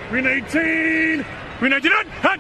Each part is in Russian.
Green 18. Green 19. Hut.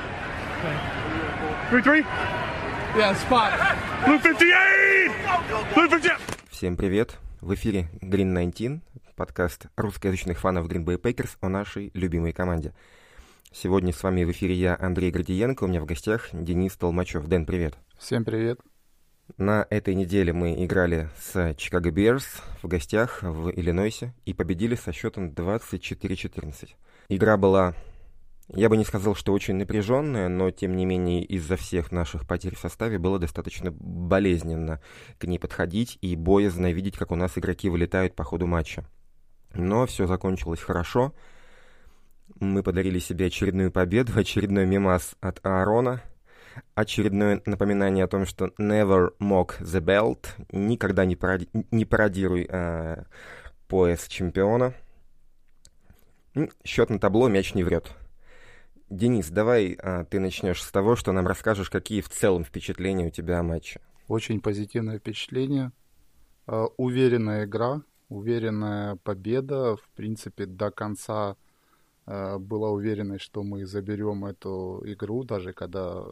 Green 3. Yeah, spot. Blue 58. Blue 58. Всем привет. В эфире Green 19, подкаст русскоязычных фанов Green Bay Packers о нашей любимой команде. Сегодня с вами в эфире я, Андрей Гордиенко, у меня в гостях Денис Толмачев. Дэн, привет. Всем привет. На этой неделе мы играли с Чикаго Bears в гостях в Иллинойсе и победили со счетом 24-14. Игра была, я бы не сказал, что очень напряженная, но тем не менее из-за всех наших потерь в составе было достаточно болезненно к ней подходить и боязно видеть, как у нас игроки вылетают по ходу матча. Но все закончилось хорошо. Мы подарили себе очередную победу, очередной мемас от Аарона. Очередное напоминание о том, что never mock the belt, никогда не пародируй пояс чемпиона. Счет на табло, мяч не врет. Денис, давай ты начнешь с того, что нам расскажешь, какие в целом впечатления у тебя о матче. Очень позитивное впечатление. Уверенная игра, уверенная победа. В принципе, до конца была уверенность, что мы заберем эту игру, даже когда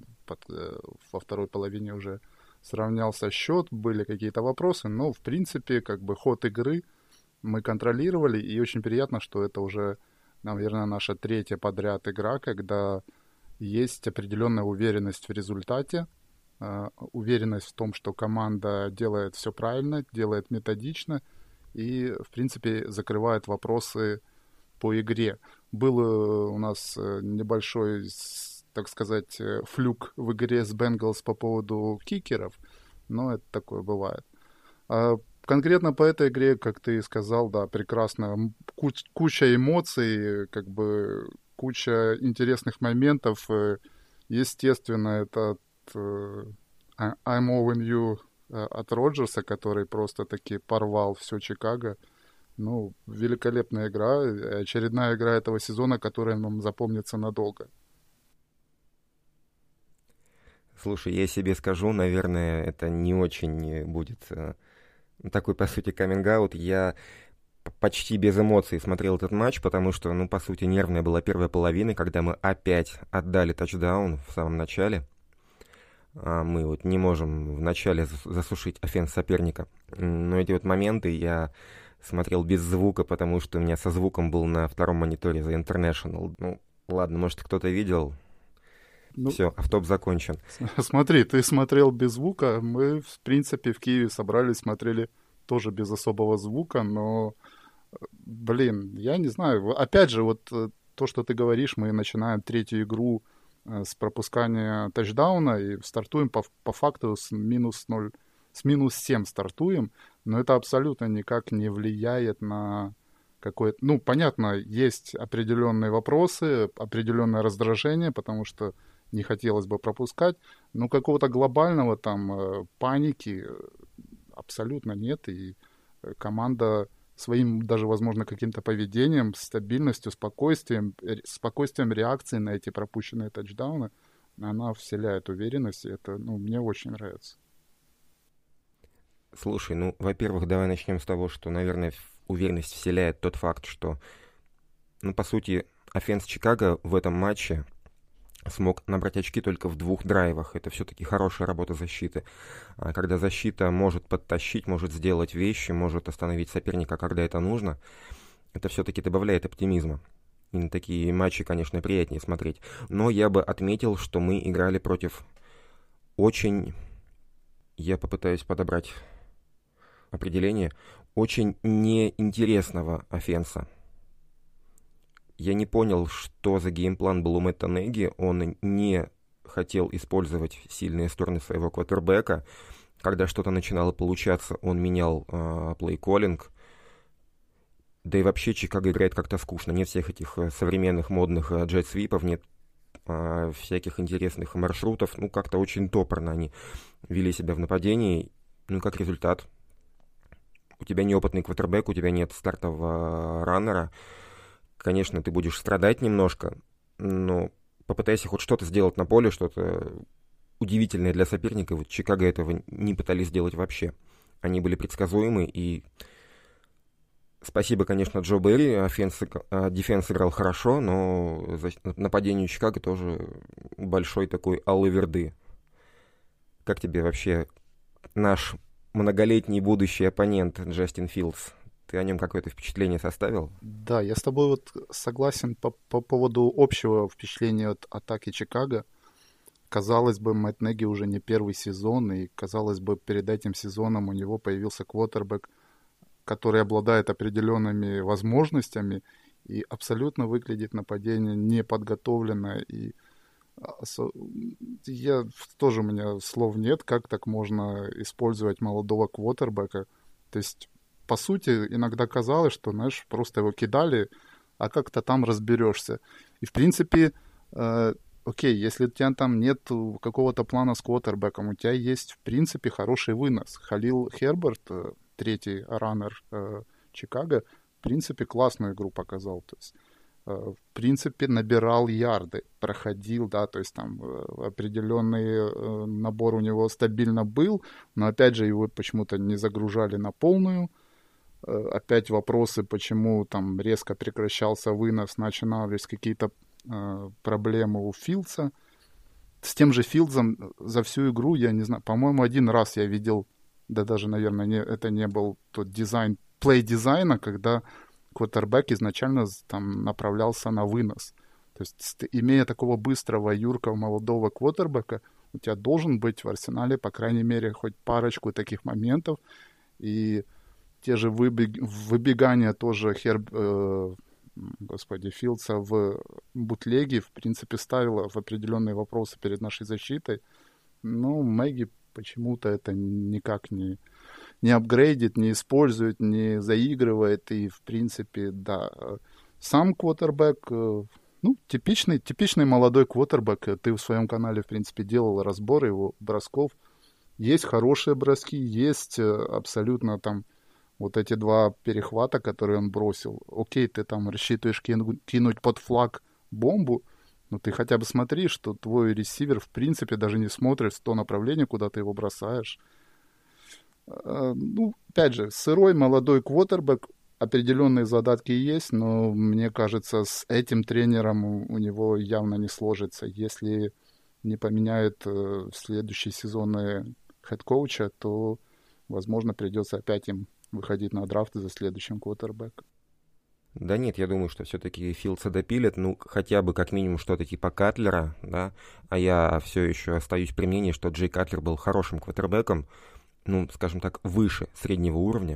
во второй половине уже сравнялся счет, были какие-то вопросы, но в принципе как бы ход игры мы контролировали, и очень приятно, что это уже, наверное, наша третья подряд игра, когда есть определенная уверенность в результате, уверенность в том, что команда делает все правильно, делает методично и, в принципе, закрывает вопросы по игре. Был у нас небольшой, так сказать, флюк в игре с Бенгалс по поводу кикеров, но это такое бывает. А конкретно по этой игре, как ты сказал, да, прекрасно, куча эмоций, как бы куча интересных моментов. Естественно, этот I'm Owing You от Роджерса, который просто-таки порвал все Чикаго. Ну, великолепная игра, очередная игра этого сезона, которая нам запомнится надолго. Слушай, я себе скажу, наверное, это не очень будет такой, по сути, каминг-аут. Я почти без эмоций смотрел этот матч, потому что, по сути, нервная была первая половина, когда мы опять отдали тачдаун в самом начале. Мы вот не можем в начале засушить офенс соперника. Но эти вот моменты я смотрел без звука, потому что у меня со звуком был на втором мониторе The International. Ну, ладно, может, кто-то видел. Все, автоп закончен. Смотри, ты смотрел без звука. Мы, в принципе, в Киеве собрались, смотрели тоже без особого звука, но, я не знаю. Опять же, вот то, что ты говоришь, мы начинаем третью игру с пропускания тачдауна и стартуем по факту с минус 0, с минус 7 стартуем, но это абсолютно никак не влияет на какое-то... Ну, понятно, есть определенные вопросы, определенное раздражение, потому что не хотелось бы пропускать, но какого-то глобального там паники абсолютно нет, и команда своим даже, возможно, каким-то поведением, стабильностью, спокойствием реакции на эти пропущенные тачдауны, она вселяет уверенность, и это, мне очень нравится. Слушай, во-первых, давай начнем с того, что, наверное, уверенность вселяет тот факт, что, по сути, офенс Чикаго в этом матче смог набрать очки только в 2 драйвах. Это все-таки хорошая работа защиты. Когда защита может подтащить, может сделать вещи, может остановить соперника, когда это нужно, это все-таки добавляет оптимизма. И на такие матчи, конечно, приятнее смотреть. Но я бы отметил, что мы играли против очень... Я попытаюсь подобрать определение. Очень неинтересного офенса. Я не понял, что за геймплан был у Мэтта Неги. Он не хотел использовать сильные стороны своего квотербека. Когда что-то начинало получаться, он менял плей-коллинг. Да и вообще Чикаго играет как-то скучно. Нет всех этих современных модных джет-свипов, нет всяких интересных маршрутов. Как-то очень топорно они вели себя в нападении. Как результат, у тебя неопытный квотербек, у тебя нет стартового раннера. Конечно, ты будешь страдать немножко, но попытайся хоть что-то сделать на поле, что-то удивительное для соперника. Вот Чикаго этого не пытались сделать вообще. Они были предсказуемы, и Спасибо, конечно, Джо Берри. Дефенс играл хорошо, но нападению Чикаго тоже большой такой алаверды. Как тебе вообще наш многолетний будущий оппонент Джастин Филдс? Ты о нем какое-то впечатление составил? Да, я с тобой вот согласен по поводу общего впечатления от атаки Чикаго. Казалось бы, Мэтт Неги уже не первый сезон, и, казалось бы, перед этим сезоном у него появился квотербек, который обладает определенными возможностями и абсолютно выглядит нападение неподготовленно. И я тоже, у меня слов нет, как так можно использовать молодого квотербека. То есть, по сути, иногда казалось, что, знаешь, просто его кидали, а как-то там разберешься. И, в принципе, окей, если у тебя там нет какого-то плана с квотербеком, у тебя есть, в принципе, хороший вынос. Халил Херберт, третий раннер Чикаго, в принципе, классную игру показал. То есть, в принципе, набирал ярды, проходил, да, то есть там определенный набор у него стабильно был, но, опять же, его почему-то не загружали на полную. Опять вопросы, почему там резко прекращался вынос, начинались какие-то проблемы у Филдса. С тем же Филдсом за всю игру, я не знаю, по-моему, один раз я видел, да даже, наверное, это не был тот дизайн, плей дизайна, когда квотербек изначально там направлялся на вынос. То есть, имея такого быстрого, юркого, молодого квотербека, у тебя должен быть в арсенале, по крайней мере, хоть парочку таких моментов. И те же выбегания тоже Филдса в бутлеге, в принципе, ставило в определенные вопросы перед нашей защитой. Но Мэгги почему-то это никак не апгрейдит, не использует, не заигрывает. И, в принципе, да, сам квотербек, ну, типичный молодой квотербек. Ты в своем канале, в принципе, делал разбор его бросков. Есть хорошие броски, есть абсолютно там вот эти два перехвата, которые он бросил. Окей, ты там рассчитываешь кинуть под флаг бомбу, но ты хотя бы смотри, что твой ресивер, в принципе, даже не смотрит в то направление, куда ты его бросаешь. Ну, опять же, сырой молодой квотербек, определенные задатки есть, но мне кажется, с этим тренером у него явно не сложится. Если не поменяет в следующие сезоны хед-коуча, то, возможно, придется опять им выходить на драфт за следующим квотербеком. Да нет, я думаю, что все-таки Филдса допилят, ну, хотя бы как минимум что-то типа Катлера, да, а я все еще остаюсь при мнении, что Джей Катлер был хорошим квотербеком, ну, скажем так, выше среднего уровня.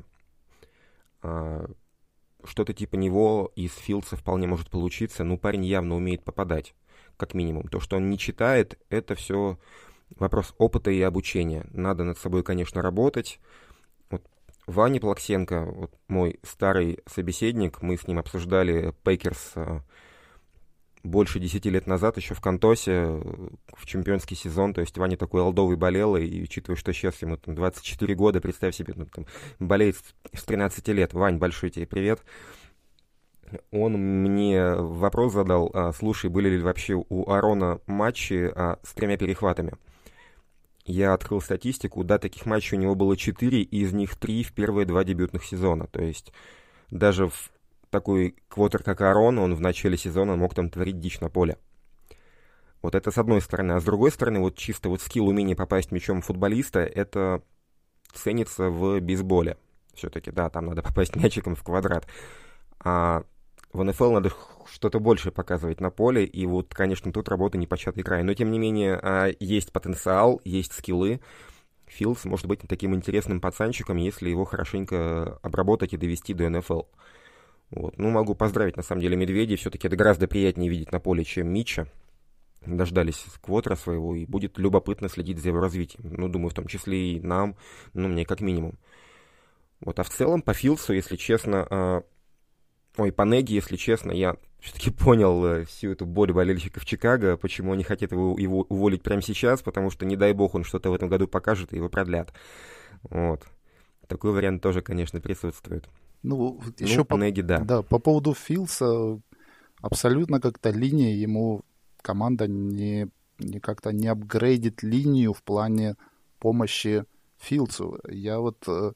Что-то типа него из Филдса вполне может получиться, ну, парень явно умеет попадать, как минимум. То, что он не читает, это все вопрос опыта и обучения. Надо над собой, конечно, работать. Ваня Плаксенко, вот мой старый собеседник, мы с ним обсуждали Пейкерс больше 10 лет назад, еще в Кантосе, в чемпионский сезон. То есть Ваня такой олдовый болел, и учитывая, что сейчас ему там 24 года, представь себе, ну, там, болеет с 13 лет. Вань, большой тебе привет. Он мне вопрос задал, слушай, были ли вообще у Арона матчи с 3 перехватами? Я открыл статистику, да, таких матчей у него было 4, и из них 3 в первые 2 дебютных сезона. То есть даже в такой квотер, как Арон, он в начале сезона мог там творить дичь на поле. Вот это с одной стороны. А с другой стороны, вот чисто вот скилл, умение попасть мячом футболиста, это ценится в бейсболе. Все-таки, да, там надо попасть мячиком в квадрат. А в НФЛ надо что-то больше показывать на поле, и вот, конечно, тут работа непочатый край. Но, тем не менее, есть потенциал, есть скиллы. Филдс может быть таким интересным пацанчиком, если его хорошенько обработать и довести до НФЛ. Вот. Ну, могу поздравить, на самом деле, Медведей. Все-таки это гораздо приятнее видеть на поле, чем Митча. Дождались квотера своего, и будет любопытно следить за его развитием. Ну, думаю, в том числе и нам, ну, мне как минимум. Вот. А в целом, по Филдсу, если честно... по Неги, если честно, я все-таки понял всю эту боль болельщиков Чикаго, почему они хотят его уволить прямо сейчас, потому что, не дай бог, он что-то в этом году покажет, и его продлят. Вот. Такой вариант тоже, конечно, присутствует. Ну, еще по Неги, да. Да, по поводу Филдса, абсолютно как-то линия ему команда как-то не апгрейдит линию в плане помощи Филдсу. Я вот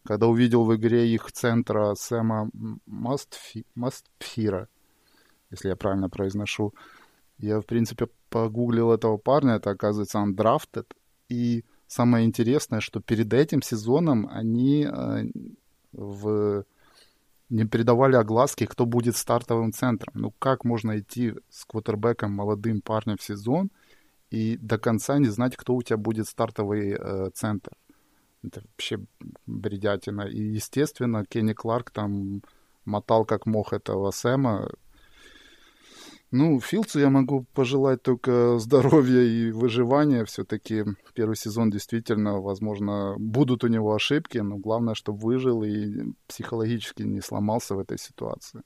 Когда увидел в игре их центра Сэма Мастфира, если я правильно произношу, я, в принципе, погуглил этого парня, это, оказывается, undrafted. И самое интересное, что перед этим сезоном они не передавали огласки, кто будет стартовым центром. Ну, как можно идти с квотербеком, молодым парнем в сезон и до конца не знать, кто у тебя будет стартовый центр? Это вообще бредятина. И, естественно, Кенни Кларк там мотал как мог этого Сэма. Ну, Филдсу я могу пожелать только здоровья и выживания. Все-таки первый сезон действительно, возможно, будут у него ошибки, но главное, чтобы выжил и психологически не сломался в этой ситуации.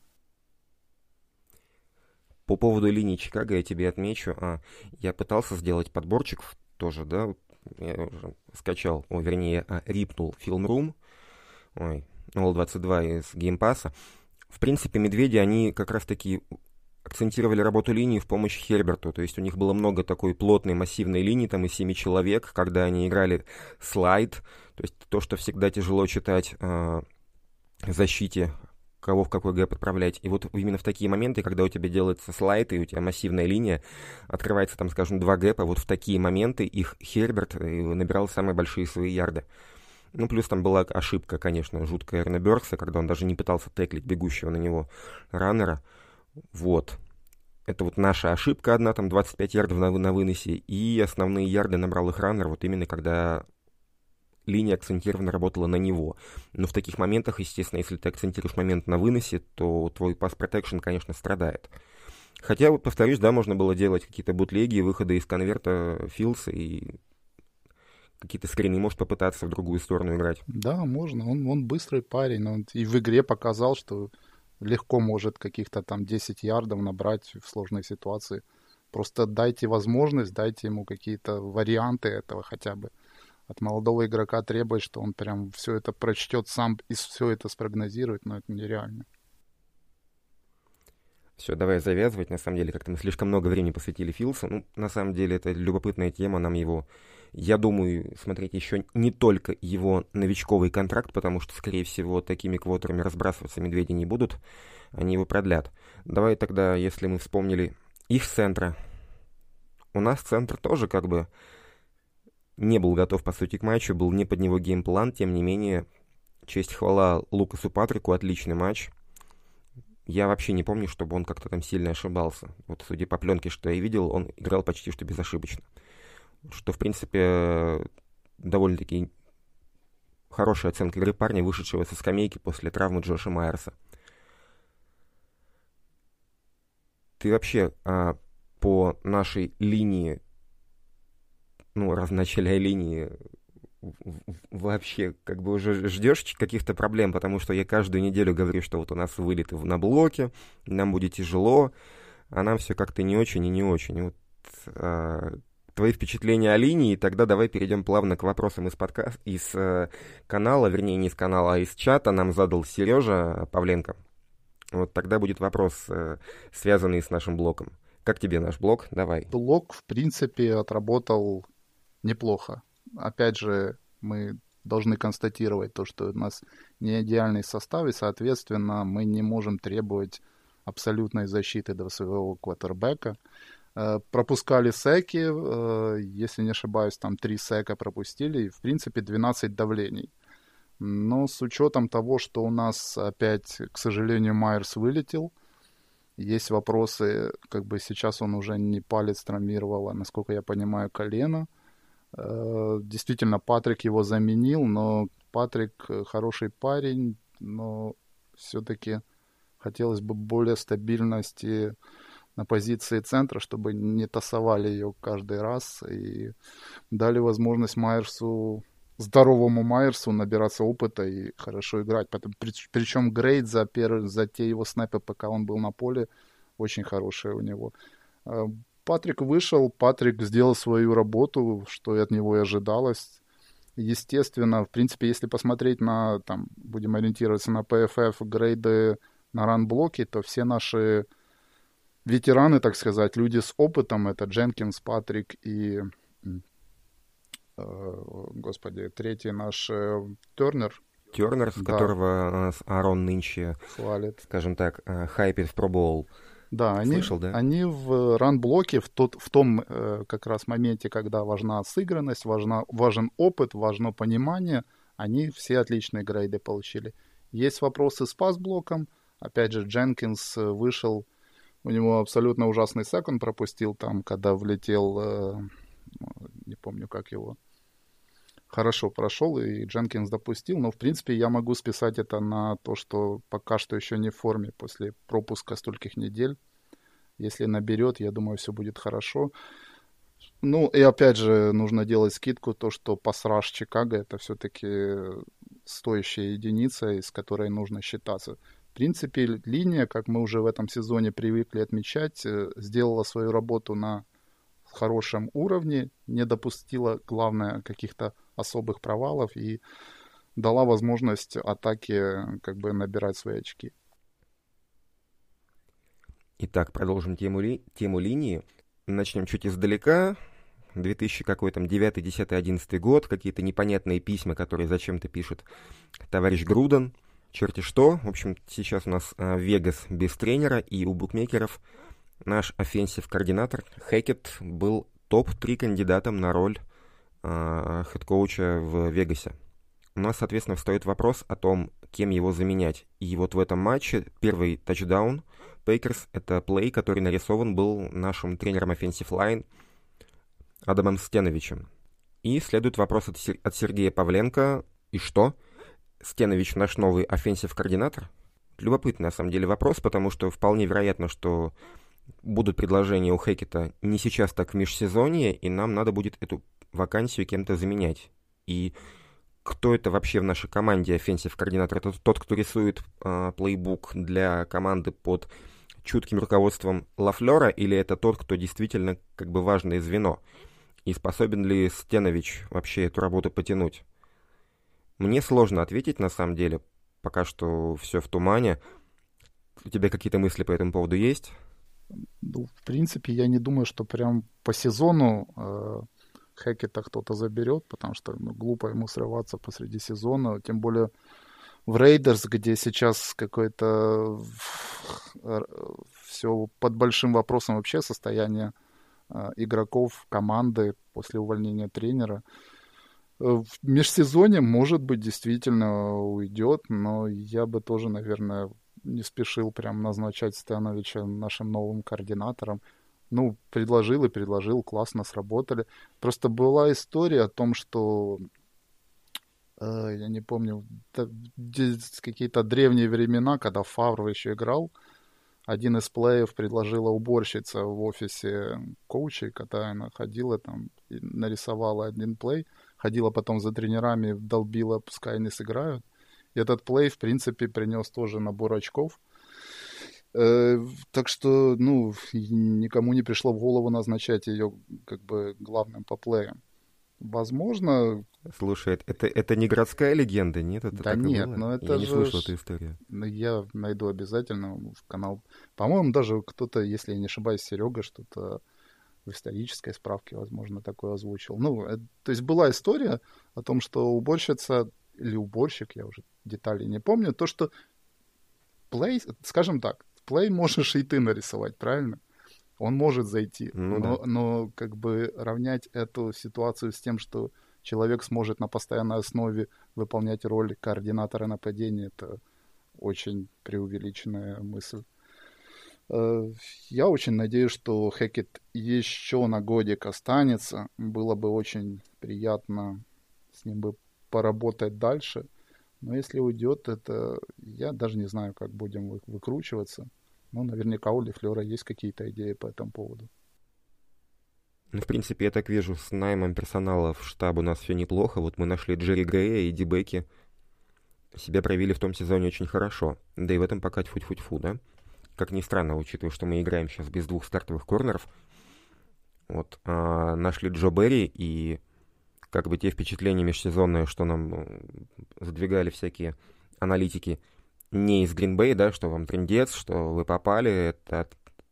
По поводу линии Чикаго я тебе отмечу. Я пытался сделать подборчик тоже, да, я уже скачал, вернее, рипнул Film Room, All-22 из геймпасса. В принципе, медведи, они как раз-таки акцентировали работу линии в помощь Херберту. То есть у них было много такой плотной, массивной линии, там из 7 человек, когда они играли слайд. То есть то, что всегда тяжело читать в защите, кого в какой гэп отправлять. И вот именно в такие моменты, когда у тебя делается слайд, и у тебя массивная линия, открывается там, скажем, 2 гэпа, вот в такие моменты их Херберт набирал самые большие свои ярды. Ну, плюс там была ошибка, конечно, жуткая Эрна Бёркса, когда он даже не пытался теклить бегущего на него раннера. Вот. Это вот наша ошибка одна, там 25 ярдов на выносе, и основные ярды набрал их раннер, вот именно когда линия акцентированно работала на него. Но в таких моментах, естественно, если ты акцентируешь момент на выносе, то твой pass protection, конечно, страдает. Хотя, вот повторюсь, да, можно было делать какие-то бутлеги, выходы из конверта Филдса и какие-то скрины, может попытаться в другую сторону играть. Да, можно. Он быстрый парень. Он и в игре показал, что легко может каких-то там 10 ярдов набрать в сложной ситуации. Просто дайте возможность, дайте ему какие-то варианты этого хотя бы. От молодого игрока требовать, что он прям все это прочтет сам и все это спрогнозирует, но это нереально. Все, давай завязывать. На самом деле, как-то мы слишком много времени посвятили Филдсу. Ну, на самом деле, это любопытная тема. Нам его, я думаю, смотреть еще не только его новичковый контракт, потому что, скорее всего, такими квотерами разбрасываться медведи не будут. Они его продлят. Давай тогда, если мы вспомнили их центра. У нас центр тоже как бы не был готов, по сути, к матчу. Был не под него геймплан. Тем не менее, честь хвала Лукасу Патрику. Отличный матч. Я вообще не помню, чтобы он как-то там сильно ошибался. Вот, судя по пленке, что я видел, он играл почти что безошибочно. Что, в принципе, довольно-таки хорошая оценка игры парня, вышедшего со скамейки после травмы Джоша Майерса. Ты вообще по нашей линии, ну, раз в начале линии, вообще как бы уже ждешь каких-то проблем, потому что я каждую неделю говорю, что вот у нас вылеты на блоке, нам будет тяжело, а нам все как-то не очень и не очень. И вот твои впечатления о линии, тогда давай перейдем плавно к вопросам из канала, вернее не из канала, а из чата нам задал Сережа Павленко. Вот тогда будет вопрос, связанный с нашим блоком. Как тебе наш блок? Давай. Блок, в принципе, отработал неплохо. Опять же, мы должны констатировать то, что у нас не идеальный состав, и, соответственно, мы не можем требовать абсолютной защиты до своего квотербека. Пропускали секи, если не ошибаюсь, там 3 сека пропустили, и, в принципе, 12 давлений. Но с учетом того, что у нас опять, к сожалению, Майерс вылетел, есть вопросы, как бы сейчас он уже не палец травмировал, а, насколько я понимаю, колено. Действительно, Патрик его заменил, но Патрик хороший парень, но все-таки хотелось бы более стабильности на позиции центра, чтобы не тасовали ее каждый раз и дали возможность Майерсу, здоровому Майерсу, набираться опыта и хорошо играть. Причем грейд за те его снэпы, пока он был на поле, очень хороший у него. Патрик вышел, Патрик сделал свою работу, что от него и ожидалось. Естественно, в принципе, если посмотреть на, там, будем ориентироваться на PFF, грейды на ран-блоке, то все наши ветераны, так сказать, люди с опытом, это Дженкинс, Патрик и, господи, третий наш Тернер, Тернер, с Да. которого нас Аарон нынче, Хвалит. скажем так, хайпит в Pro Bowl. Да, Слышал, да? они в ран-блоке в том как раз моменте, когда важна сыгранность, важен опыт, важно понимание, они все отличные грейды получили. Есть вопросы с пас-блоком. Опять же, Дженкинс вышел, у него абсолютно ужасный сек он пропустил там, когда влетел, не помню, как его, хорошо прошел, и Дженкинс допустил, но, в принципе, я могу списать это на то, что пока что еще не в форме после пропуска стольких недель. Если наберет, я думаю, все будет хорошо. Ну, и опять же, нужно делать скидку, то, что пас-раш Чикаго — это все-таки стоящая единица, с которой нужно считаться. В принципе, линия, как мы уже в этом сезоне привыкли отмечать, сделала свою работу на хорошем уровне, не допустила, главное, каких-то особых провалов и дала возможность атаке как бы набирать свои очки. Итак, продолжим тему линии. Начнем чуть издалека. 2000 какой там, 9, 10, 11 год. Какие-то непонятные письма, которые зачем-то пишет товарищ Груден. Черти что. В общем, сейчас у нас Вегас без тренера, и у букмекеров наш офенсив-координатор Хэкет был топ-3 кандидатом на роль хед-коуча в Вегасе. У нас, соответственно, встает вопрос о том, кем его заменять. И вот в этом матче первый тачдаун Пейкерс — это плей, который нарисован был нашим тренером Offensive Line Адамом Стеновичем. И следует вопрос от Сергея Павленко. И что? Стенович наш новый офенсив-координатор? Любопытный, на самом деле, вопрос, потому что вполне вероятно, что будут предложения у Хэкета не сейчас, так в межсезонье, и нам надо будет эту вакансию кем-то заменять. И кто это вообще в нашей команде офенсив-координатор? Это тот, кто рисует плейбук для команды под чутким руководством Лафлера, или это тот, кто действительно как бы важное звено? И способен ли Стенович вообще эту работу потянуть? Мне сложно ответить, на самом деле. Пока что все в тумане. У тебя какие-то мысли по этому поводу есть? Ну, в принципе, я не думаю, что прям по сезону Хэкета кто-то заберет, потому что глупо ему срываться посреди сезона, тем более в Рейдерс, где сейчас какое-то все под большим вопросом вообще состояние игроков команды после увольнения тренера. В межсезонье, может быть, действительно уйдет, но я бы тоже, наверное, не спешил прям назначать Стеновича нашим новым координатором. Ну, предложил, классно сработали. Просто была история о том, что, я не помню, какие-то древние времена, когда Фавр еще играл, один из плеев предложила уборщица в офисе коучей, когда она ходила там и нарисовала один плей, ходила потом за тренерами, долбила, пускай они сыграют. И этот плей, в принципе, принес тоже набор очков. Так что, ну, никому не пришло в голову назначать ее как бы главным по плеям. Возможно... Слушай, это не городская легенда, нет? Это да так нет, было? но это Я не же... слышал эту историю. Ну, я найду обязательно в канал. По-моему, даже кто-то, если я не ошибаюсь, Серега, что-то в исторической справке, возможно, такое озвучил. Ну, то есть была история о том, что уборщица или уборщик, я уже деталей не помню, то, что плей, скажем так, плей можешь и ты нарисовать, правильно? Он может зайти, но как бы равнять эту ситуацию с тем, что человек сможет на постоянной основе выполнять роль координатора нападения, это очень преувеличенная мысль. Я очень надеюсь, что Хэкет еще на годик останется. Было бы очень приятно с ним бы поработать дальше. Но если уйдет, это я даже не знаю, как будем выкручиваться. Но наверняка у Лафлера есть какие-то идеи по этому поводу. Ну, в принципе, я так вижу, с наймом персонала в штаб у нас все неплохо. Вот мы нашли Джерри Грея и Ди Бекки. Себя проявили в том сезоне очень хорошо. Да и в этом пока тьфу-тьфу-тьфу, да? Как ни странно, учитывая, что мы играем сейчас без двух стартовых корнеров. Вот, нашли Джо Берри, и как бы те впечатления межсезонные, что нам задвигали всякие аналитики не из Green Bay, да, что вам трындец, что вы попали, это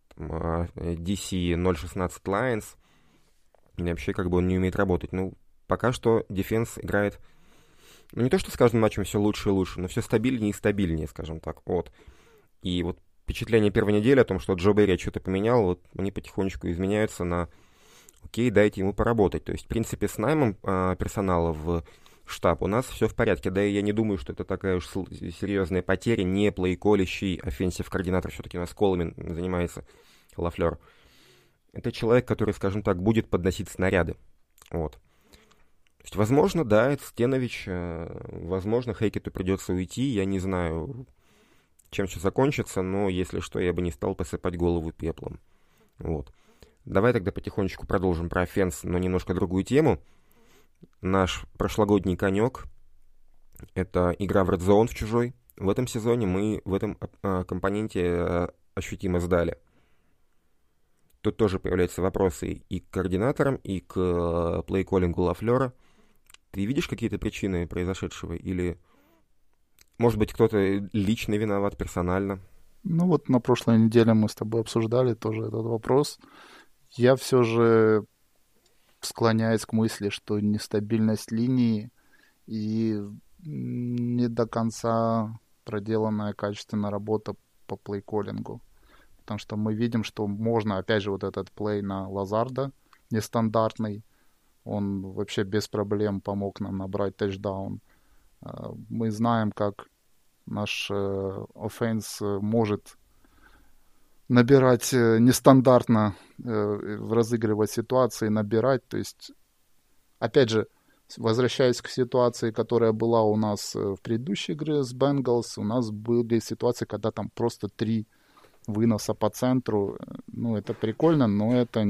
DC 016 Lions, и вообще как бы он не умеет работать. Ну, пока что дефенс играет Ну, не то, что с каждым матчем все лучше и лучше, но все стабильнее и стабильнее, скажем так. Вот. И вот впечатление первой недели о том, что Джо Берри что-то поменял, вот они потихонечку изменяются на окей, дайте ему поработать. То есть, в принципе, с наймом персонала в штаб у нас все в порядке. Да и я не думаю, что это такая уж серьезная потеря. Не плей-колющий офенсив-координатор, все-таки у нас колами занимается Лафлер. Это человек, который, скажем так, будет подносить снаряды. Вот. То есть, возможно, да, это Стенович, возможно, Хейкету придется уйти, я не знаю, чем все закончится, но если что, я бы не стал посыпать голову пеплом. Вот. Давай тогда потихонечку продолжим про офенс, но немножко другую тему. Наш прошлогодний конек — это игра в Red Zone в чужой. В этом сезоне мы в этом компоненте ощутимо сдали. Тут тоже появляются вопросы и к координаторам, и к плей-коллингу Лафлера. Ты видишь какие-то причины произошедшего? Или, может быть, кто-то лично виноват персонально? Ну вот на прошлой неделе мы с тобой обсуждали тоже этот вопрос. Я все же склоняюсь к мысли, что нестабильность линии и не до конца проделанная качественная работа по плей-коллингу. Потому что мы видим, что можно, опять же, вот этот плей на Лазарда нестандартный, он вообще без проблем помог нам набрать тачдаун. Мы знаем, как наш офенс может набирать нестандартно, разыгрывать ситуации, набирать. То есть, опять же, возвращаясь к ситуации, которая была у нас в предыдущей игре с Бенгалс, у нас были ситуации, когда там просто 3 выноса по центру. Ну, это прикольно, но это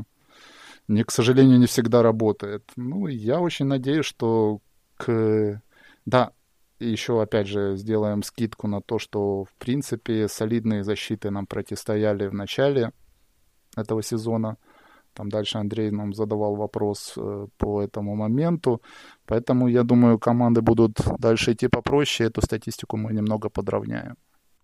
к сожалению, не всегда работает. Ну, я очень надеюсь, что Да, еще, опять же, сделаем скидку на то, что, в принципе, солидные защиты нам противостояли в начале этого сезона. Там дальше Андрей нам задавал вопрос по этому моменту. Поэтому, я думаю, команды будут дальше идти попроще. Эту статистику мы немного подровняем.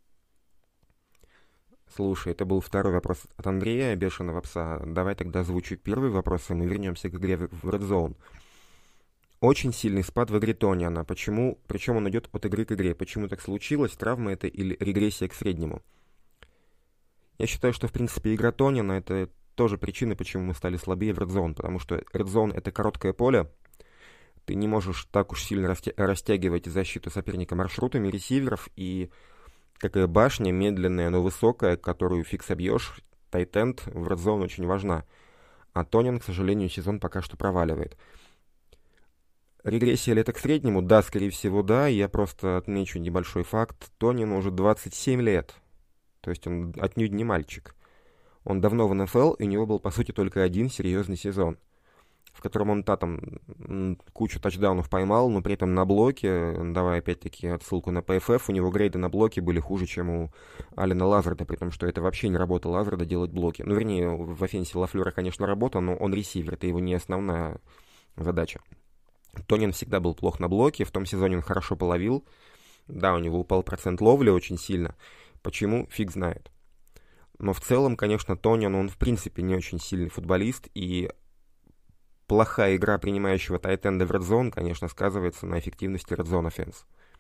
Слушай, это был второй вопрос от Андрея, бешеного пса. Давай тогда озвучу первый вопрос, и мы вернемся к игре в Red Zone. Очень сильный спад в игре Тониана. Почему? Причем он идет от игры к игре. Почему так случилось? Травма это или регрессия к среднему? Я считаю, что, в принципе, игра Тониана — это тоже причина, почему мы стали слабее в Red Zone. Потому что Red Zone — это короткое поле. Ты не можешь так уж сильно растягивать защиту соперника маршрутами ресиверов. И какая башня медленная, но высокая, которую фиг собьешь, тайтенд в Red Zone очень важна. А Тониан, к сожалению, сезон пока что проваливает. Регрессия ли это к среднему? Да, скорее всего, да. Я просто отмечу небольшой факт. Тониану уже 27 лет. То есть он отнюдь не мальчик. Он давно в НФЛ, и у него был, по сути, только один серьезный сезон, в котором он там кучу тачдаунов поймал, но при этом на блоке, давай опять-таки отсылку на PFF, у него грейды на блоке были хуже, чем у Алена Лазарда, при том, что это вообще не работа Лазарда делать блоки. Ну, вернее, в офенсе Лафлера, конечно, работа, но он ресивер, это его не основная задача. Тонин всегда был плох на блоке, в том сезоне он хорошо половил. Да, у него упал процент ловли очень сильно. Почему? Фиг знает. Но в целом, конечно, Тонин, он в принципе не очень сильный футболист, и плохая игра принимающего тайтенда в Red Zone, конечно, сказывается на эффективности Red Zone Offense.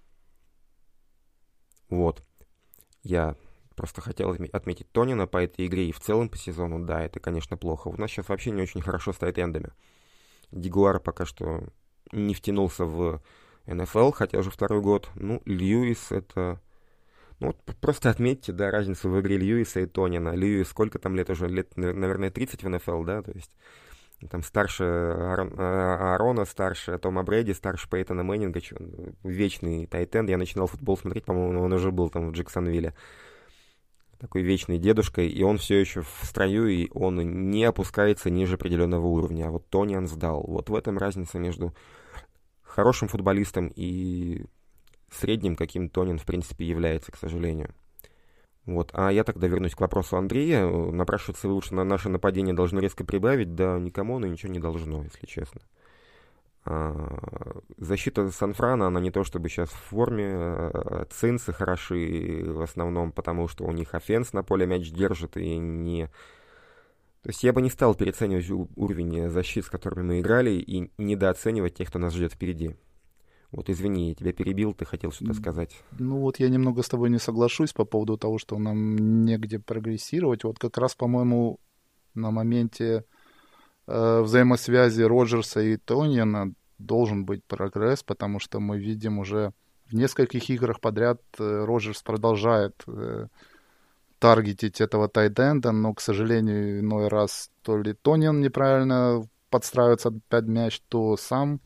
Вот. Я просто хотел отметить Тонина по этой игре и в целом по сезону. Да, это, конечно, плохо. У нас сейчас вообще не очень хорошо с тайтендами. Дигуар пока что не втянулся в НФЛ, хотя уже второй год. Ну, Льюис это... Ну, вот просто отметьте, да, разницу в игре Льюиса и Тонина. Льюис сколько там лет уже? Лет, наверное, 30 в НФЛ, да? То есть там старше Аарона, старше Тома Брэди, старше Пейтона Мэннинга. Вечный тайтенд. Я начинал футбол смотреть, по-моему, он уже был там в Джексонвилле. Такой вечный дедушка, и он все еще в строю, и он не опускается ниже определенного уровня. А вот Тониан сдал. Вот в этом разница между хорошим футболистом и средним, каким Тонин, в принципе, является, к сожалению. Вот. А я тогда вернусь к вопросу Андрея. Напрашивается вывод, что наше нападение должно резко прибавить. Да, никому оно ничего не должно, если честно. Защита Сан-Франа, она не то чтобы сейчас в форме. Цинцы хороши в основном, потому что у них офенс на поле мяч держит и не... То есть я бы не стал переоценивать уровень защит, с которыми мы играли, и недооценивать тех, кто нас ждет впереди. Вот извини, я тебя перебил, ты хотел что-то сказать. Ну вот я немного с тобой не соглашусь по поводу того, что нам негде прогрессировать. Вот как раз, по-моему, на моменте взаимосвязи Роджерса и Тониана должен быть прогресс, потому что мы видим уже в нескольких играх подряд Роджерс продолжает таргетить этого тайтенда, но, к сожалению, иной раз то ли Тониан неправильно подстраивается под мяч, то сам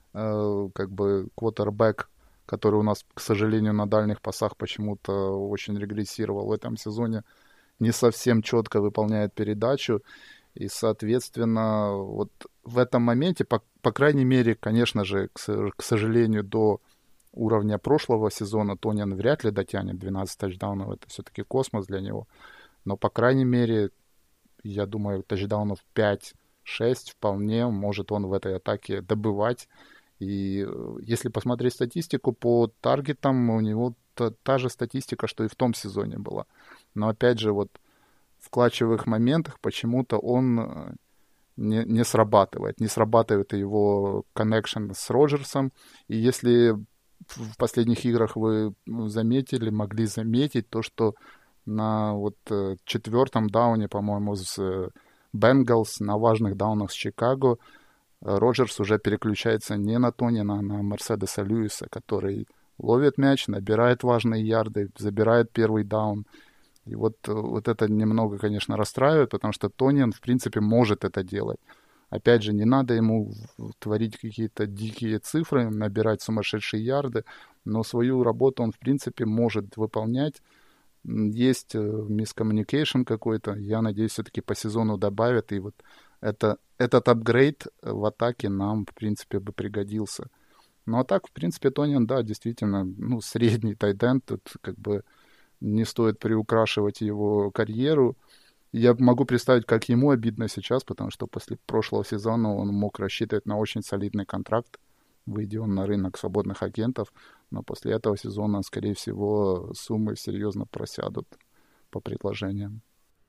как бы квотербэк, который у нас, к сожалению, на дальних пасах почему-то очень регрессировал в этом сезоне, не совсем четко выполняет передачу. И, соответственно, вот в этом моменте, по крайней мере, конечно же, к сожалению, до уровня прошлого сезона Тониан вряд ли дотянет. 12 тачдаунов — это все-таки космос для него. Но, по крайней мере, я думаю, тачдаунов 5-6 вполне может он в этой атаке добывать. И если посмотреть статистику по таргетам, у него та же статистика, что и в том сезоне была. Но, опять же, вот в клатчевых моментах почему-то он не срабатывает. Не срабатывает его коннекшн с Роджерсом. И если в последних играх вы могли заметить то, что на вот четвертом дауне, по-моему, с Бенгалс, на важных даунах с Чикаго, Роджерс уже переключается не на Тонина, а на Мерседеса Льюиса, который ловит мяч, набирает важные ярды, забирает первый даун. И вот это немного, конечно, расстраивает, потому что Тонин, в принципе, может это делать. Опять же, не надо ему творить какие-то дикие цифры, набирать сумасшедшие ярды, но свою работу он, в принципе, может выполнять. Есть мискоммуникейшн какой-то, я надеюсь, все-таки по сезону добавят, и вот этот апгрейд в атаке нам, в принципе, бы пригодился. Ну, а так, в принципе, Тонин, да, действительно, средний тайтенд, тут как бы не стоит приукрашивать его карьеру. Я могу представить, как ему обидно сейчас, потому что после прошлого сезона он мог рассчитывать на очень солидный контракт, выйдя он на рынок свободных агентов, но после этого сезона, скорее всего, суммы серьезно просядут по предложениям.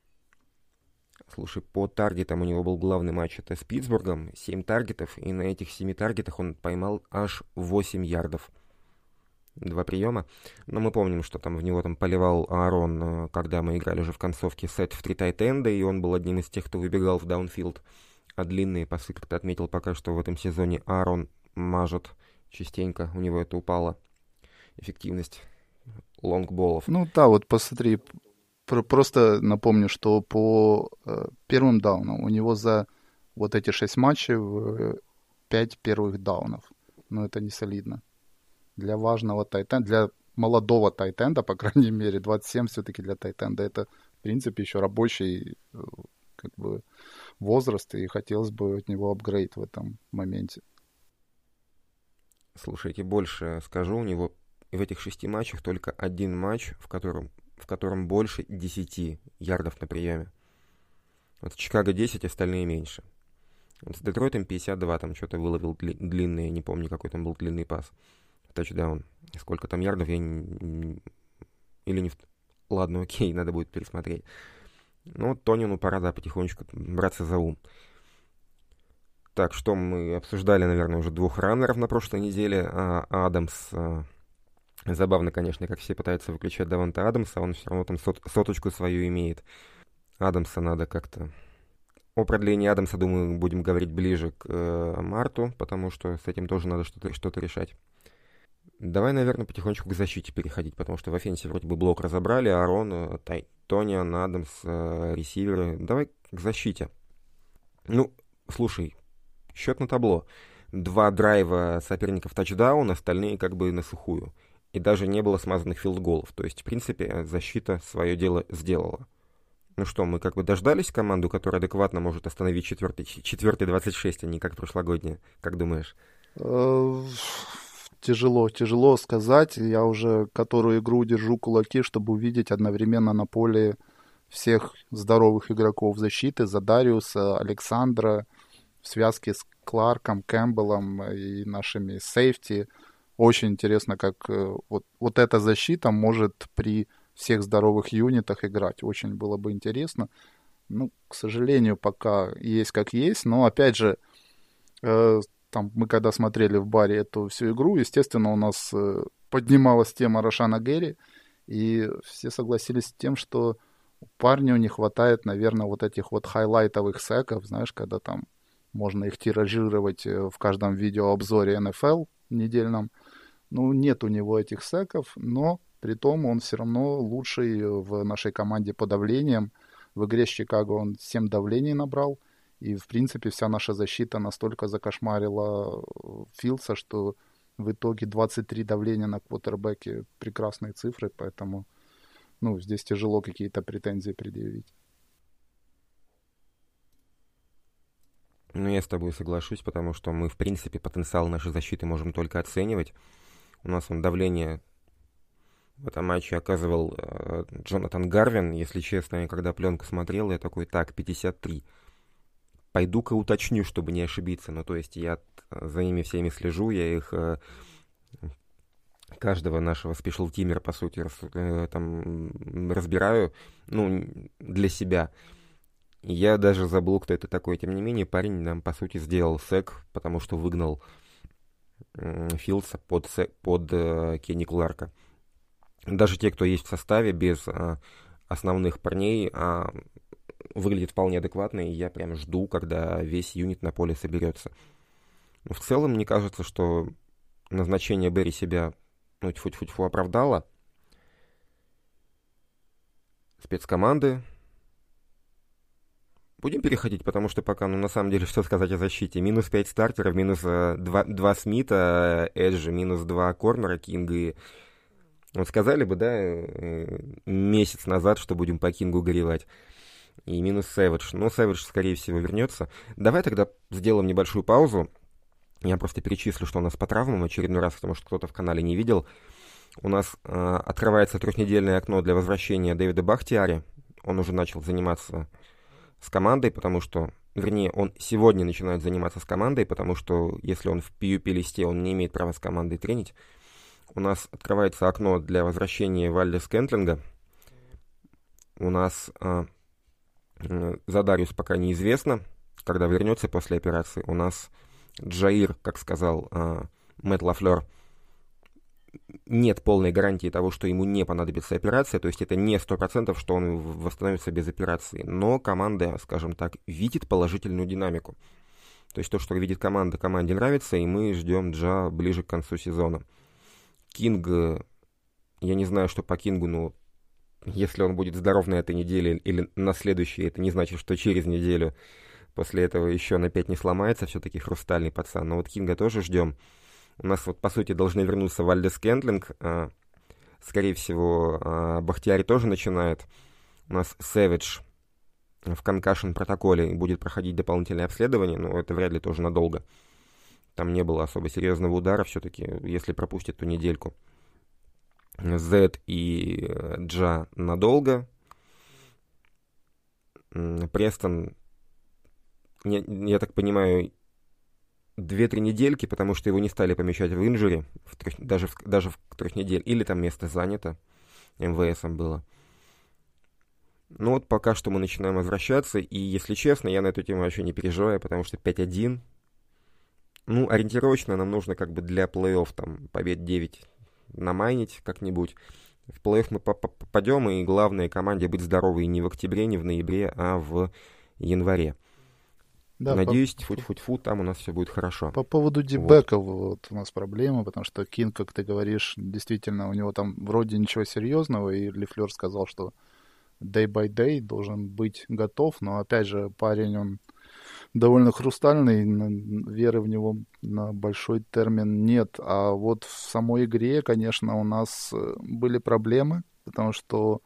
Слушай, по таргетам у него был главный матч, это с Питтсбургом, 7 таргетов, и на этих 7 таргетах он поймал аж 8 ярдов. 2 приема. Но мы помним, что там в него поливал Аарон, когда мы играли уже в концовке сет в 3 тайтенда, и он был одним из тех, кто выбегал в даунфилд. А длинные пасы, как ты отметил, пока что в этом сезоне Аарон мажет частенько, у него это упала эффективность лонгболов. Ну да, вот посмотри, просто напомню, что по первым даунам у него за вот эти 6 матчей 5 первых даунов. Но это не солидно. Для важного тайтенда, для молодого тайтенда, по крайней мере, 27 все-таки для тайтенда, это, в принципе, еще рабочий как бы возраст, и хотелось бы от него апгрейд в этом моменте. Слушайте, больше скажу, у него в этих 6 матчах только один матч, в котором больше 10 ярдов на приеме. Вот в Чикаго 10, остальные меньше. Вот с Детройтом 52, там что-то выловил длинный, не помню, какой там был длинный пас. Тачдаун. Сколько там ярдов, я не... Или не... Ладно, окей, надо будет пересмотреть. Ну, вот Тонину пора, да, потихонечку браться за ум. Так, что мы обсуждали, наверное, уже 2 раннеров на прошлой неделе. Адамс... Забавно, конечно, как все пытаются выключать Даванта Адамса, он все равно там соточку свою имеет. Адамса надо как-то... О продлении Адамса, думаю, будем говорить ближе к марту, потому что с этим тоже надо что-то решать. Давай, наверное, потихонечку к защите переходить, потому что в офенсе вроде бы блок разобрали, Аарон, Тониан, Адамс, ресиверы. Давай к защите. Ну, слушай, счет на табло. 2 драйва соперников тачдаун, остальные как бы на сухую. И даже не было смазанных филдголов. То есть, в принципе, защита свое дело сделала. Ну что, мы как бы дождались команду, которая адекватно может остановить четвертый 26, а не как прошлогодняя. Как думаешь? Тяжело сказать. Я уже которую игру держу кулаки, чтобы увидеть одновременно на поле всех здоровых игроков защиты. Задариуса, Александра, в связке с Кларком, Кэмпбеллом и нашими сейфти. Очень интересно, как вот эта защита может при всех здоровых юнитах играть. Очень было бы интересно. Ну, к сожалению, пока есть как есть. Но, опять же, там мы когда смотрели в баре эту всю игру, естественно, у нас поднималась тема Рошана Гэри, и все согласились с тем, что парню не хватает, наверное, вот этих вот хайлайтовых секов, знаешь, когда там можно их тиражировать в каждом видеообзоре НФЛ недельном. Ну, нет у него этих секов, но при том он все равно лучший в нашей команде по давлениям. В игре с Чикаго он 7 давлений набрал, и, в принципе, вся наша защита настолько закошмарила Филдса, что в итоге 23 давления на квотербеке — прекрасные цифры, поэтому, ну, здесь тяжело какие-то претензии предъявить. Ну, я с тобой соглашусь, потому что мы, в принципе, потенциал нашей защиты можем только оценивать. У нас вон давление в этом матче оказывал Джонатан Гарвин. Если честно, я когда пленку смотрел, я такой, так, 53. Пойду-ка уточню, чтобы не ошибиться. Ну, то есть я за ними всеми слежу, я их, каждого нашего спешл-тимера, по сути, там разбираю, ну, для себя. Я даже забыл, кто это такой. Тем не менее, парень нам, по сути, сделал сек, потому что выгнал Филдса под Кенни Кларка. Даже те, кто есть в составе, без основных парней, выглядит вполне адекватно, и я прям жду, когда весь юнит на поле соберется. Но в целом, мне кажется, что назначение Берри себя, ну, тьфу-тьфу-тьфу, оправдало. Спецкоманды. Будем переходить, потому что пока, ну, на самом деле, что сказать о защите. Минус 5 стартеров, минус 2 Смита, Эджи, минус 2 Корнера, Кинга. И вот сказали бы, да, месяц назад, что будем по Кингу горевать. И минус Сэвидж. Но Сэвидж, скорее всего, вернется. Давай тогда сделаем небольшую паузу. Я просто перечислю, что у нас по травмам очередной раз, потому что кто-то в канале не видел. У нас открывается трехнедельное окно для возвращения Дэвида Бахтиари. Он уже начал заниматься с командой, потому что, вернее, он сегодня начинает заниматься с командой, потому что если он в PUP-листе, он не имеет права с командой тренить. У нас открывается окно для возвращения Вальдес Кентлинга. У нас Задариус пока неизвестно, когда вернется после операции. У нас Джаир, как сказал Мэтт Лафлер, нет полной гарантии того, что ему не понадобится операция, то есть это не 100%, что он восстановится без операции, но команда, скажем так, видит положительную динамику. То есть то, что видит команда, команде нравится, и мы ждем Джа ближе к концу сезона. Кинг, я не знаю, что по Кингу, но если он будет здоров на этой неделе или на следующей, это не значит, что через неделю после этого еще на 5 не сломается, все-таки хрустальный пацан, но вот Кинга тоже ждем. У нас вот, по сути, должны вернуться Вальдес Кентлинг. Скорее всего, Бахтиари тоже начинает. У нас Сэвидж в конкашн протоколе будет проходить дополнительное обследование, но это вряд ли тоже надолго. Там не было особо серьезного удара все-таки, если пропустит, то недельку. Зед и Джа надолго. Престон, я так понимаю, 2-3 недельки, потому что его не стали помещать в инжури, даже в 3 недель, или там место занято, МВСом было. Ну вот пока что мы начинаем возвращаться, и если честно, я на эту тему вообще не переживаю, потому что 5-1, ну, ориентировочно нам нужно как бы для плей-офф там побед 9 намайнить как-нибудь. В плей-офф мы попадем, и главное команде быть здоровой не в октябре, не в ноябре, а в январе. Да, надеюсь, тьфу-тьфу-тьфу, там у нас все будет хорошо. По поводу дебеков вот у нас проблема, потому что Кинг, как ты говоришь, действительно, у него там вроде ничего серьезного, и Лефлер сказал, что day by day должен быть готов, но опять же парень, он довольно хрустальный, веры в него на большой термин нет. А вот в самой игре, конечно, у нас были проблемы, потому что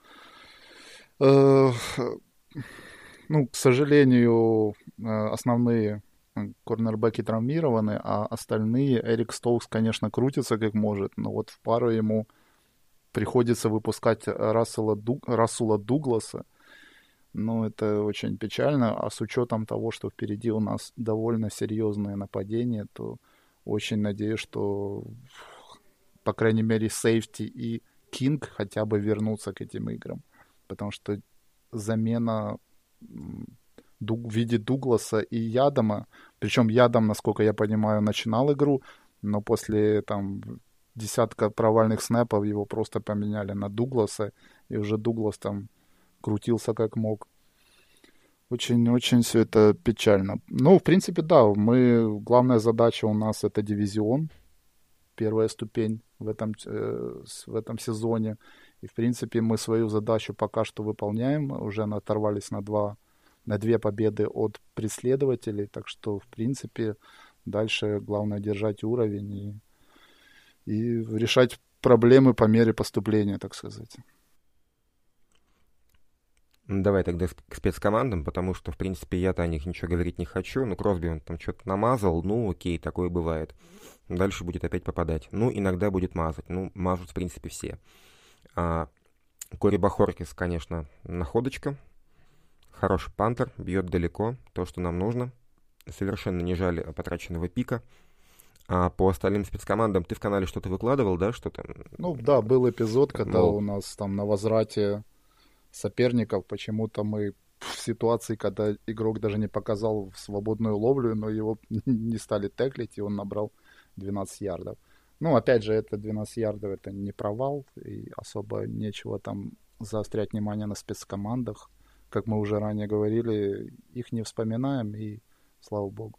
ну, к сожалению, основные корнербеки травмированы, а остальные, Эрик Стоукс, конечно, крутится как может, но вот в пару ему приходится выпускать Рассела Дугласа. Ну, это очень печально, а с учетом того, что впереди у нас довольно серьезное нападение, то очень надеюсь, что, по крайней мере, Сейфти и Кинг хотя бы вернутся к этим играм, потому что замена в виде Дугласа и Ядома. Причем Ядом, насколько я понимаю, начинал игру, но после там десятка провальных снэпов его просто поменяли на Дугласа, и уже Дуглас там крутился как мог. Очень-очень все это печально. Ну, в принципе, да, главная задача у нас это дивизион, первая ступень в этом сезоне. И, в принципе, мы свою задачу пока что выполняем. Уже оторвались на две победы от преследователей. Так что, в принципе, дальше главное держать уровень и решать проблемы по мере поступления, так сказать. Давай тогда к спецкомандам, потому что, в принципе, я-то о них ничего говорить не хочу. Ну, Кросби он там что-то намазал, ну, окей, такое бывает. Дальше будет опять попадать. Ну, иногда будет мазать. Ну, мажут, в принципе, все. Кори Бахоркис, конечно, находочка. Хороший пантер, бьет далеко, то, что нам нужно. Совершенно не жаль потраченного пика. А по остальным спецкомандам ты в канале что-то выкладывал, да? Что-то? Ну, да, был эпизод, когда у нас там на возврате соперников почему-то мы в ситуации, когда игрок даже не показал свободную ловлю, но его не стали теклить, и он набрал 12 ярдов. Ну, опять же, это 12 ярдов, это не провал, и особо нечего там заострять внимание на спецкомандах. Как мы уже ранее говорили, их не вспоминаем, и слава богу.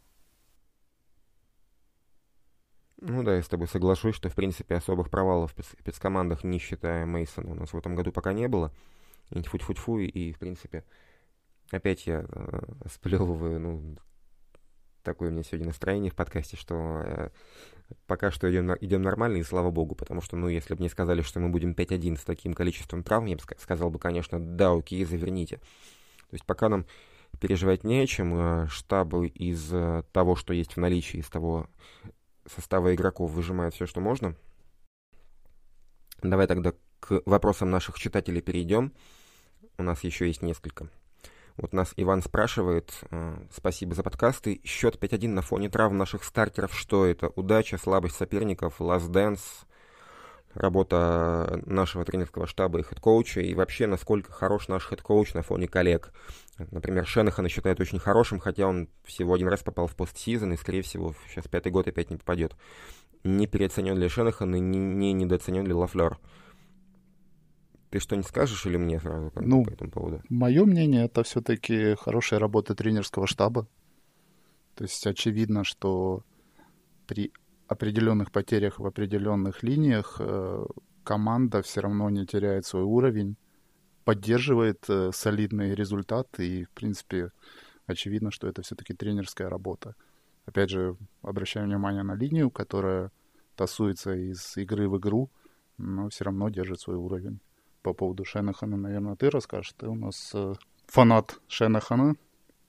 Ну да, я с тобой соглашусь, что, в принципе, особых провалов в спецкомандах, не считая Мейсона, у нас в этом году пока не было. И тьфу-тьфу-тьфу, и, в принципе, опять я сплевываю, ну, такое у меня сегодня настроение в подкасте, что пока что идем нормально, и слава богу, потому что, ну, если бы мне сказали, что мы будем 5-1 с таким количеством травм, я бы сказал бы, конечно, да, окей, заверните. То есть пока нам переживать не о чем, штабы из того, что есть в наличии, из того состава игроков выжимают все, что можно. Давай тогда к вопросам наших читателей перейдем. У нас еще есть несколько. Вот нас Иван спрашивает, спасибо за подкасты, счет 5-1 на фоне травм наших стартеров, что это? Удача, слабость соперников, last dance, работа нашего тренерского штаба и хед-коуча, и вообще, насколько хорош наш хед-коуч на фоне коллег. Например, Шенахана считают очень хорошим, хотя он всего один раз попал в постсезон, и, скорее всего, сейчас 5-й год опять не попадет. Не переоценен ли Шенахан и не недооценен ли Лафлер? Ты что-нибудь скажешь или мне сразу по этому поводу? Мое мнение, это все-таки хорошая работа тренерского штаба. То есть очевидно, что при определенных потерях в определенных линиях команда все равно не теряет свой уровень, поддерживает солидный результат, и, в принципе, очевидно, что это все-таки тренерская работа. Опять же, обращаем внимание на линию, которая тасуется из игры в игру, но все равно держит свой уровень. По поводу Шенахана, наверное, ты расскажешь. Ты у нас фанат Шенахана.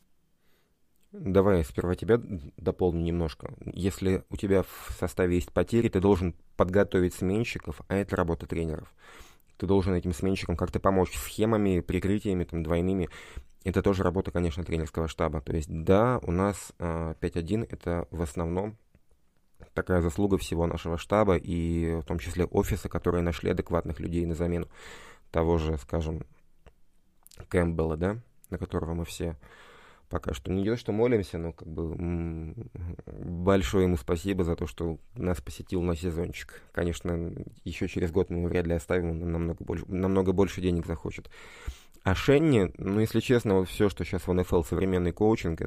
Давай сперва тебя дополню немножко. Если у тебя в составе есть потери, ты должен подготовить сменщиков, а это работа тренеров. Ты должен этим сменщикам как-то помочь схемами, прикрытиями, там, двойными. Это тоже работа, конечно, тренерского штаба. То есть, да, у нас 5-1 это в основном такая заслуга всего нашего штаба и в том числе офиса, которые нашли адекватных людей на замену того же, скажем, Кэмпбелла, да, на которого мы все пока что не то что молимся, но как бы большое ему спасибо за то, что нас посетил на сезончик. Конечно, еще через год мы его вряд ли оставим, он намного больше денег захочет. А Шенни, ну, если честно, вот все, что сейчас в НФЛ современный коучинг,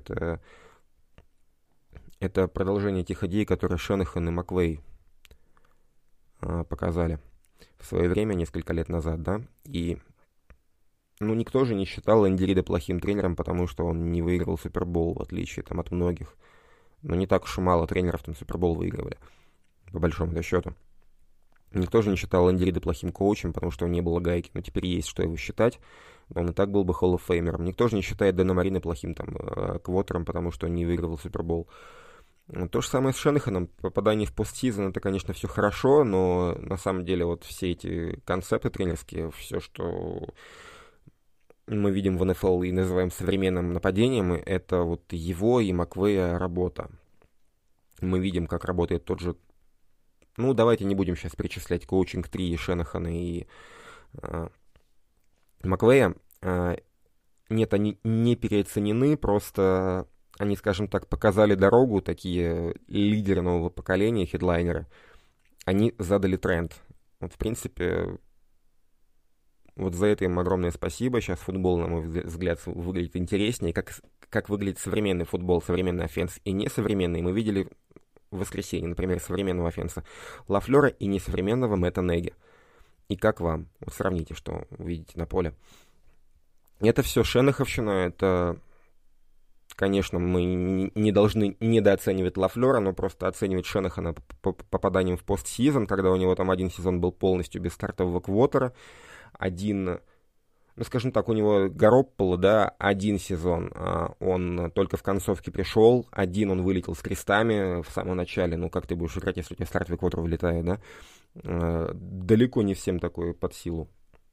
это продолжение тех идей, которые Шенахан и Маквей показали в свое время, несколько лет назад, да, и ну, никто же не считал Энди Рида плохим тренером, потому что он не выиграл Супербол, в отличие там от многих. Но не так уж и мало тренеров там Супербол выигрывали, по большому счету. Никто же не считал Энди Рида плохим коучем, потому что у него не было гайки, но теперь есть что его считать. Он и так был бы холл-оф-феймером. Никто же не считает Дэна Марина плохим там квотером, потому что он не выигрывал Супербол. То же самое с Шенаханом. Попадание в постсезон, это, конечно, все хорошо, но на самом деле вот все эти концепты тренерские, все, что мы видим в НФЛ и называем современным нападением, это вот его и Маквея работа. Мы видим, как работает тот же... Ну, давайте не будем сейчас перечислять коучинг 3 Шенахана и Маквея. Нет, они не переоценены, просто они, скажем так, показали дорогу, такие лидеры нового поколения, хедлайнеры. Они задали тренд. Вот, в принципе, вот за это им огромное спасибо. Сейчас футбол, на мой взгляд, выглядит интереснее. Как выглядит современный футбол, современный офенс и несовременный. Мы видели в воскресенье, например, современного офенса Лафлера и несовременного Мэтта Неги. И как вам? Вот сравните, что вы видите на поле. Это все шенаховщина, это, конечно, мы не должны недооценивать Лафлера, но просто оценивать Шенахана попаданием в постсезон, когда у него там один сезон был полностью без стартового квотера, один, ну, скажем так, у него Гаропполо, да, один сезон, он только в концовке пришел, один он вылетел с крестами в самом начале, ну, как ты будешь играть, если у тебя стартовый квотер вылетает, да, далеко не всем такое под силу.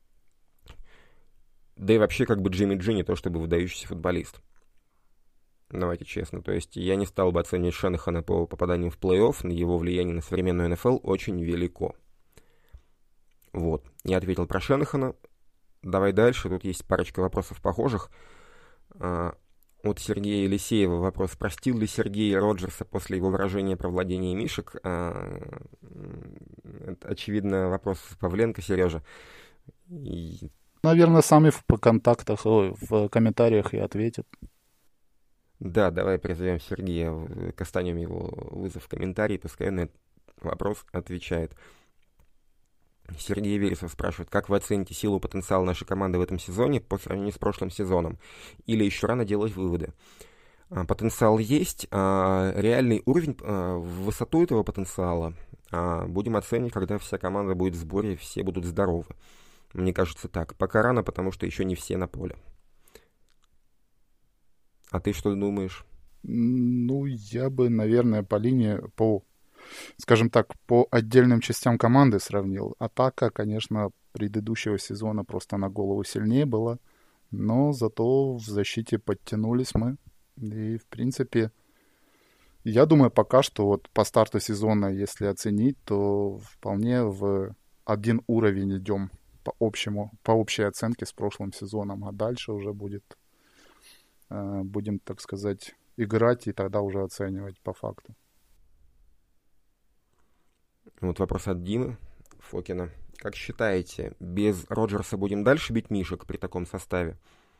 Да и вообще, как бы Джимми Джи не то чтобы выдающийся футболист. Давайте честно. То есть я не стал бы оценивать Шенахана по попаданию в плей-офф, его влияние на современную НФЛ очень велико. Вот. Я ответил про Шенахана. Давай дальше. Тут есть парочка вопросов похожих. От Сергея Елисеева вопрос. Простил ли Сергей Роджерса после его выражения про владение мишек? Это, очевидно, вопрос Павленко, Сережа. Наверное, сами в контактах, в комментариях и ответят. Да, давай призовем Сергея, кастанем его вызов в комментарии, пускай на этот вопрос отвечает. Сергей Вересов спрашивает, как вы оцените силу и потенциал нашей команды в этом сезоне по сравнению с прошлым сезоном? Или еще рано делать выводы? Потенциал есть, реальный уровень, высоту этого потенциала будем оценивать, когда вся команда будет в сборе, все будут здоровы. Мне кажется так. Пока рано, потому что еще не все на поле. А ты что думаешь? Ну, я бы, наверное, по линии, скажем так, по отдельным частям команды сравнил. Атака, конечно, предыдущего сезона просто на голову сильнее была, но зато в защите подтянулись мы. И, в принципе, я думаю, пока что вот по старту сезона, если оценить, то вполне в один уровень идем по общей оценке с прошлым сезоном, а дальше уже будем, так сказать, играть и тогда уже оценивать по факту. Вот вопрос от Димы Фокина. Как считаете, без Роджерса будем дальше бить мишек при таком составе?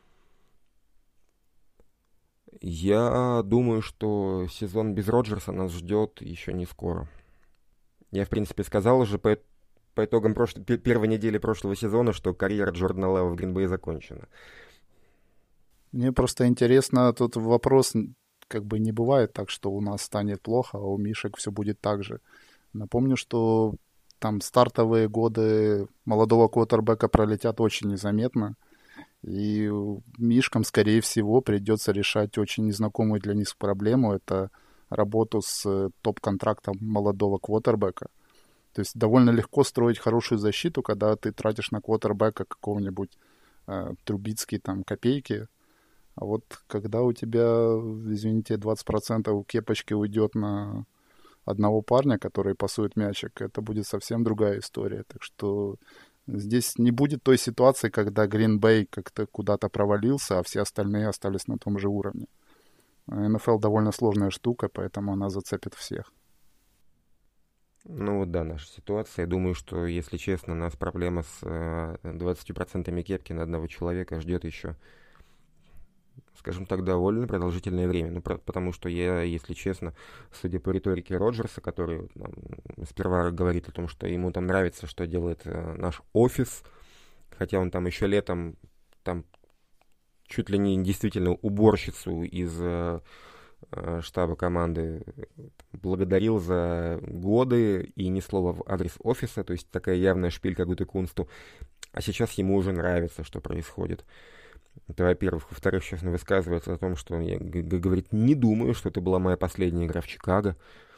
Я думаю, что сезон без Роджерса нас ждет еще не скоро. Я, в принципе, сказал уже по итогам первой недели прошлого сезона, что карьера Джордана Лава в Грин-Бэй закончена. Мне просто интересно, тут вопрос, как бы не бывает так, что у нас станет плохо, а у мишек все будет так же. Напомню, что там стартовые годы молодого квотербека пролетят очень незаметно, и мишкам, скорее всего, придется решать очень незнакомую для них проблему. Это работу с топ-контрактом молодого квотербека. То есть довольно легко строить хорошую защиту, когда ты тратишь на квотербека какого-нибудь Трубицкий там копейки. А вот когда у тебя, извините, 20% кепочки уйдет на одного парня, который пасует мячик, это будет совсем другая история. Так что здесь не будет той ситуации, когда Грин-Бэй как-то куда-то провалился, а все остальные остались на том же уровне. НФЛ довольно сложная штука, поэтому она зацепит всех. Ну вот да, наша ситуация. Я думаю, что, если честно, нас проблема с 20% кепки на одного человека ждет еще, скажем так, довольно продолжительное время. Ну, потому что я, если честно, судя по риторике Роджерса, который сперва говорит о том, что ему там нравится, что делает наш офис, хотя он там еще летом там чуть ли не действительно уборщицу из штаба команды благодарил за годы и ни слова в адрес офиса, то есть такая явная шпилька Гутекунсту. А сейчас ему уже нравится, что происходит. Это, во-первых. Во-вторых, сейчас он высказывается о том, что он говорит, не думаю, что это была моя последняя игра в Чикаго.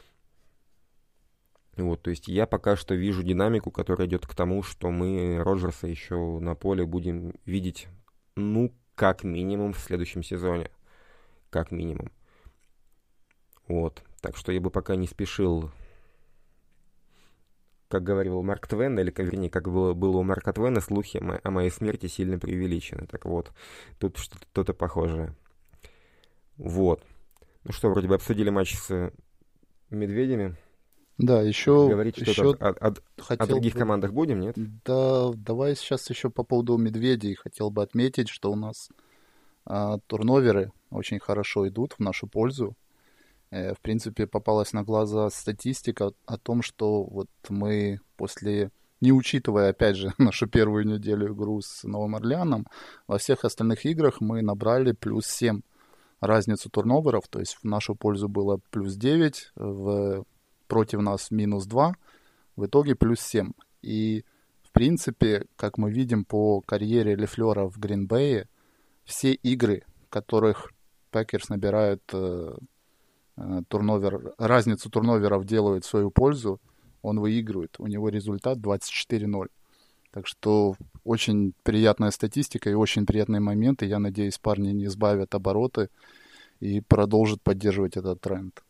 Вот, то есть я пока что вижу динамику, которая идет к тому, что мы Роджерса еще на поле будем видеть, ну, как минимум в следующем сезоне. Как минимум. Вот. Так что я бы пока не спешил как говорил Марк Твен, или, вернее, как было у Марка Твена, слухи о моей смерти сильно преувеличены. Так вот, тут что-то похожее. Вот. Ну что, вроде бы обсудили матч с медведями. Да, еще Говорить что-то о хотел других бы... командах будем, нет? Да, давай сейчас еще по поводу медведей. Хотел бы отметить, что у нас турноверы очень хорошо идут в нашу пользу. В принципе, попалась на глаза статистика о том, что вот мы после, не учитывая, опять же, нашу первую неделю игру с Новым Орлеаном, во всех остальных играх мы набрали плюс 7 разницу турноверов, то есть в нашу пользу было плюс 9, против нас минус 2, в итоге плюс 7. И, в принципе, как мы видим по карьере Лефлера в Грин-Бэе, все игры, в которых Пекерс набирают турновер, разницу турноверов делают в свою пользу, он выигрывает. У него результат 24-0. Так что очень приятная статистика и очень приятные моменты. Я надеюсь, парни не избавят обороты и продолжат поддерживать этот тренд.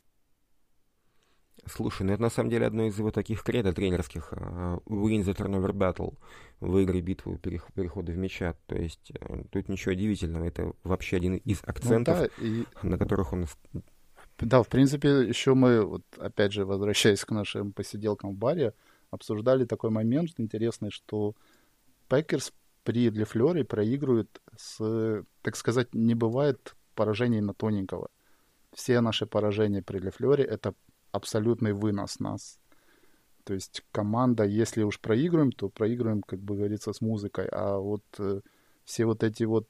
Слушай, ну это на самом деле одно из его таких кредо тренерских. Win the turnover battle. Выиграй битву перехода в мяча. То есть тут ничего удивительного. Это вообще один из акцентов, на которых он... Да, в принципе, еще мы, вот, опять же, возвращаясь к нашим посиделкам в баре, обсуждали такой момент интересный, что Пекерс при Лефлере проигрывает с, так сказать, не бывает поражений на тоненького. Все наши поражения при Лефлере — это абсолютный вынос нас. То есть команда, если уж проигрываем, то проигрываем, как бы говорится, с музыкой. А вот все вот эти вот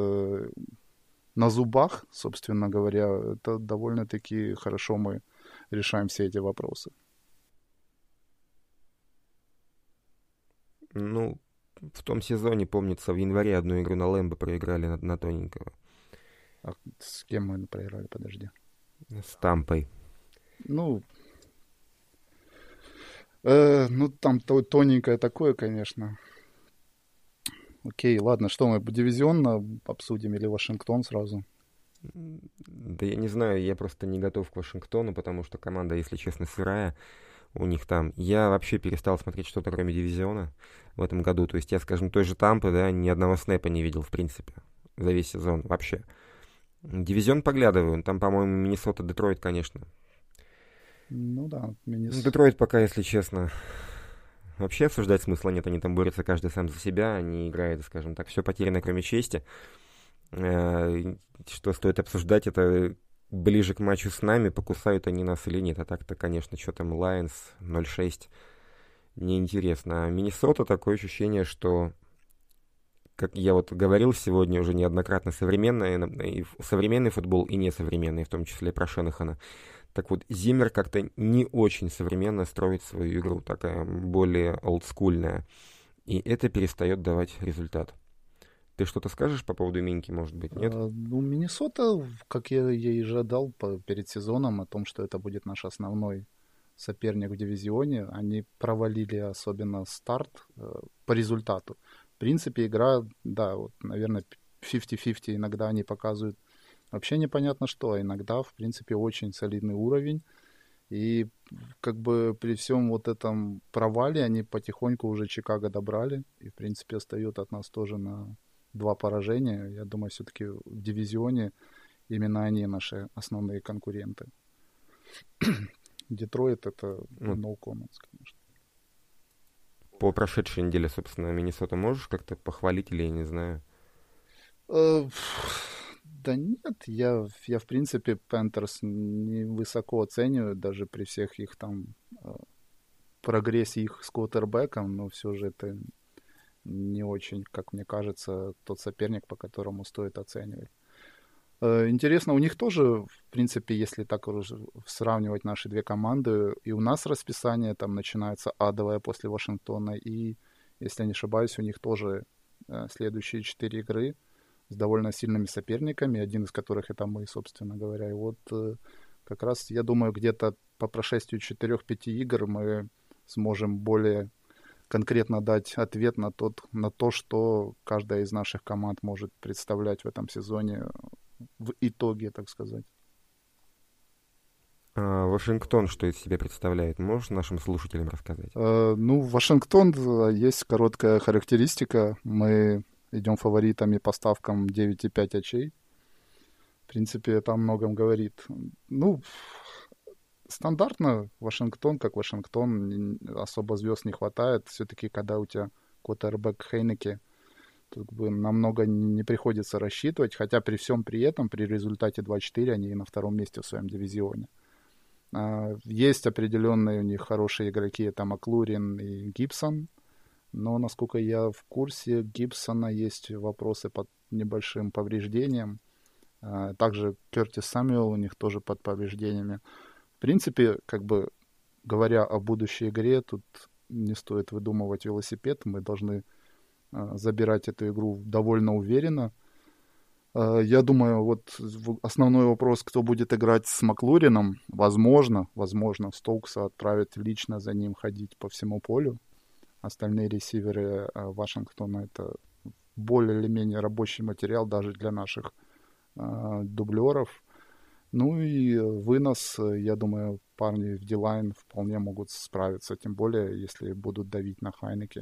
на зубах, собственно говоря, это довольно-таки хорошо мы решаем все эти вопросы. Ну, в том сезоне, помнится, в январе одну игру на Лэмбо проиграли на тоненького. А с кем мы проиграли, подожди? С Тампой. Ну, там тоненькое такое, конечно. Окей, ладно, что мы дивизионно обсудим или Вашингтон сразу? Да я не знаю, я просто не готов к Вашингтону, потому что команда, если честно, сырая у них там. Я вообще перестал смотреть что-то кроме дивизиона в этом году. То есть я, скажем, той же Тампы, да, ни одного снэпа не видел, в принципе, за весь сезон вообще. Дивизион поглядываю, там, по-моему, Миннесота, Детройт, конечно. Ну да, Детройт пока, если честно, вообще обсуждать смысла нет. Они там борются каждый сам за себя, они играют, скажем так, все потеряно, кроме чести. Что стоит обсуждать, это ближе к матчу с нами, покусают они нас или нет. А так-то, конечно, что там, Lions 0-6, неинтересно. А Миннесота, такое ощущение, что, как я вот говорил сегодня уже неоднократно, современный футбол и несовременный, в том числе про Шенахана. Так вот, Зиммер как-то не очень современно строит свою игру, такая более олдскульная. И это перестает давать результат. Ты что-то скажешь по поводу Минки, может быть, нет? Ну, Миннесота, как я и ожидал перед сезоном, о том, что это будет наш основной соперник в дивизионе, они провалили особенно старт по результату. В принципе, игра, да, вот, наверное, 50-50 иногда они показывают вообще непонятно что, а иногда, в принципе, очень солидный уровень. И как бы при всем вот этом провале они потихоньку уже Чикаго добрали. И, в принципе, остают от нас тоже на 2 поражения. Я думаю, все-таки в дивизионе именно они наши основные конкуренты. Детройт — это no comments, конечно. По прошедшей неделе, собственно, Миннесоту можешь как-то похвалить или я не знаю? Да нет, я в принципе Пентерс не высоко оцениваю, даже при всех их там прогрессе их с квотербеком, но все же это не очень, как мне кажется, тот соперник, по которому стоит оценивать. Интересно, у них тоже, в принципе, если так уже сравнивать наши две команды, и у нас расписание там начинается адовое после Вашингтона, и, если я не ошибаюсь, у них тоже следующие 4 игры с довольно сильными соперниками, один из которых это мы, собственно говоря. И вот как раз, я думаю, где-то по прошествию 4-5 игр мы сможем более конкретно дать ответ на то, что каждая из наших команд может представлять в этом сезоне в итоге, так сказать. Вашингтон что из себя представляет? Можешь нашим слушателям рассказать? Ну, Вашингтон, есть короткая характеристика. Мы идем фаворитами по ставкам 9,5 очей. В принципе, это о многом говорит. Ну, стандартно Вашингтон, как Вашингтон, особо звезд не хватает. Все-таки, когда у тебя квотербек Хейнеке, тут как бы намного не приходится рассчитывать, хотя при всем при этом, при результате 2-4, они на втором месте в своем дивизионе. Есть определенные у них хорошие игроки, это Маклурин и Гибсон, но, насколько я в курсе, Гибсона есть вопросы под небольшим повреждением. Также Кертис Самюэл у них тоже под повреждениями. В принципе, как бы говоря о будущей игре, тут не стоит выдумывать велосипед, мы должны забирать эту игру довольно уверенно. Я думаю, вот основной вопрос, кто будет играть с Маклурином. Возможно, Стоукса отправят лично за ним ходить по всему полю. Остальные ресиверы Вашингтона — это более или менее рабочий материал даже для наших дублеров. Ну и вынос, я думаю, парни в D-line вполне могут справиться, тем более, если будут давить на Хайнеке.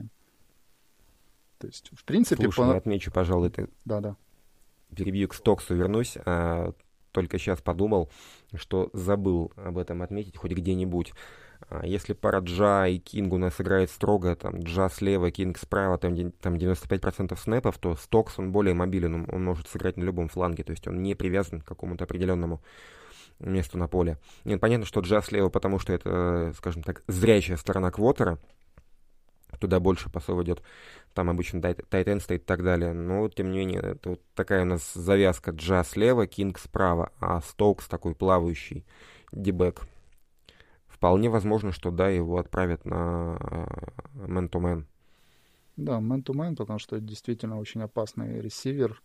То есть, в принципе... Слушай, я отмечу, пожалуй, ты... Да. Перебью, к Стоксу вернусь. Только сейчас подумал, что забыл об этом отметить хоть где-нибудь. Если пара Джа и Кинг у нас играет строго, там Джа слева, Кинг справа, там 95% снэпов, то Стокс, он более мобилен, он может сыграть на любом фланге, то есть он не привязан к какому-то определенному месту на поле. Нет, понятно, что Джа слева, потому что это, скажем так, зрячая сторона квотера, туда больше пасов идет, там обычно тайт-энд стоит и так далее. Но, тем не менее, это вот такая у нас завязка: Джа слева, Кинг справа, а Стоукс такой плавающий дибэк. Вполне возможно, что да, его отправят на мэн-то-мэн. Да, мэн-то-мэн, потому что это действительно очень опасный ресивер.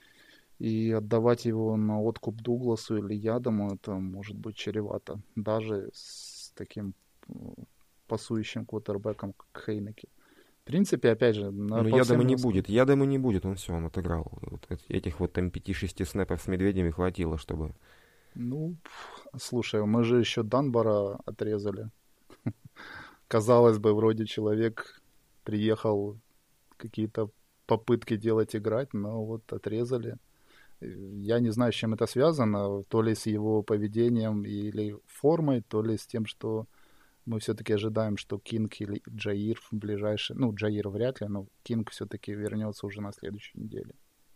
И отдавать его на откуп Дугласу или Ядому, это может быть чревато. Даже с таким пасующим квотербеком, как Хейнеке. В принципе, опять же... Но Ядама не будет. Ядама не будет, он все, он отыграл. Вот этих вот там 5-6 снэпов с медведями хватило, чтобы... Ну, слушай, мы же еще Данбара отрезали. Казалось бы, вроде человек приехал, какие-то попытки делать, играть, но вот отрезали. Я не знаю, с чем это связано, то ли с его поведением или формой, то ли с тем, что мы все-таки ожидаем, что Кинг или Джаир в ближайшие... Ну, Джаир вряд ли, но Кинг все-таки вернется уже на следующей неделе.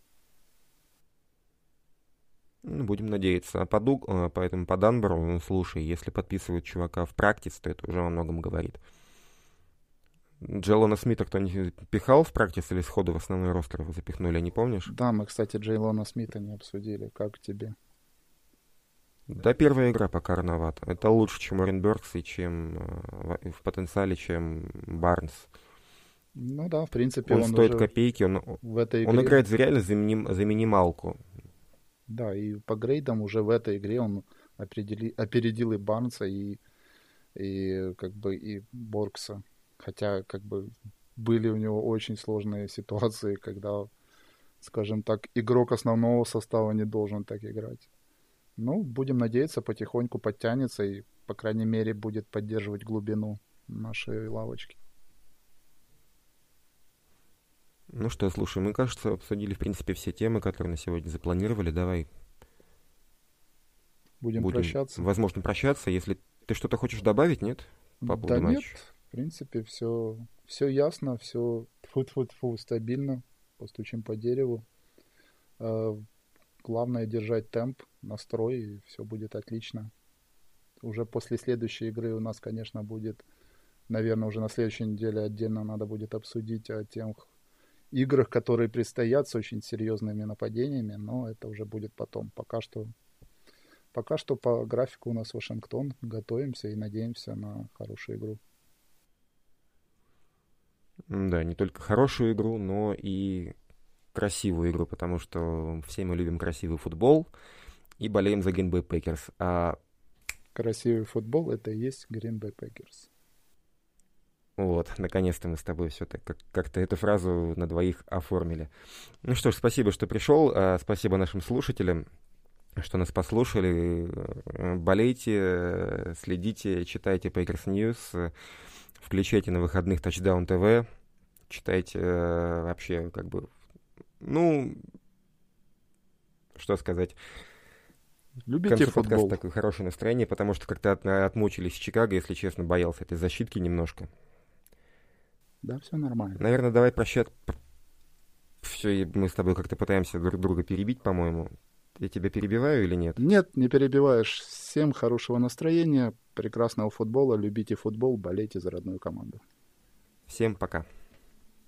Ну, будем надеяться. Поэтому по Данбору, ну, слушай, если подписывают чувака в практиц, то это уже о многом говорит. Джейлона Смита кто-нибудь пихал в практиц или сходу в основной ростер его запихнули, не помнишь? Да, мы, кстати, Джейлона Смита не обсудили. Как тебе? Да, первая игра пока рановато. Это лучше, чем Орен Бёркс и чем в потенциале, чем Барнс. Ну да, в принципе, он стоит копейки, он играет реально за минималку. Да, и по грейдам уже в этой игре он опередил и Барнса, и как бы и Боркса. Хотя как бы были у него очень сложные ситуации, когда, скажем так, игрок основного состава не должен так играть. Ну, будем надеяться, потихоньку подтянется и, по крайней мере, будет поддерживать глубину нашей лавочки. Ну что, слушай, мы, кажется, обсудили, в принципе, все темы, которые на сегодня запланировали. Давай будем прощаться. Возможно, прощаться. Если ты что-то хочешь добавить, нет? По поводу матча? Нет, в принципе, все ясно, все стабильно. Постучим по дереву. Главное держать темп, настрой, и все будет отлично. Уже после следующей игры у нас, конечно, будет, наверное, уже на следующей неделе отдельно надо будет обсудить о тех играх, которые предстоят с очень серьезными нападениями, но это уже будет потом. Пока что по графику у нас Вашингтон. Готовимся и надеемся на хорошую игру. Да, не только хорошую игру, но и красивую игру, потому что все мы любим красивый футбол и болеем за Green Bay Packers. А красивый футбол — это и есть Green Bay Packers. Вот, наконец-то мы с тобой все так как-то эту фразу на двоих оформили. Ну что ж, спасибо, что пришел. Спасибо нашим слушателям. что нас послушали. Болейте, следите, читайте Packers News, включайте на выходных Touchdown TV, читайте вообще как бы, ну, что сказать. К Любите концу подкаста футбол. такое хорошее настроение, потому что как-то отмучились в Чикаго, если честно, боялся этой защитки немножко. Да, все нормально. Наверное, давай прощать. Все, мы с тобой как-то пытаемся друг друга перебить, по-моему. Я тебя перебиваю или нет? Нет, не перебиваешь. Всем хорошего настроения, прекрасного футбола. Любите футбол, болейте за родную команду. Всем пока.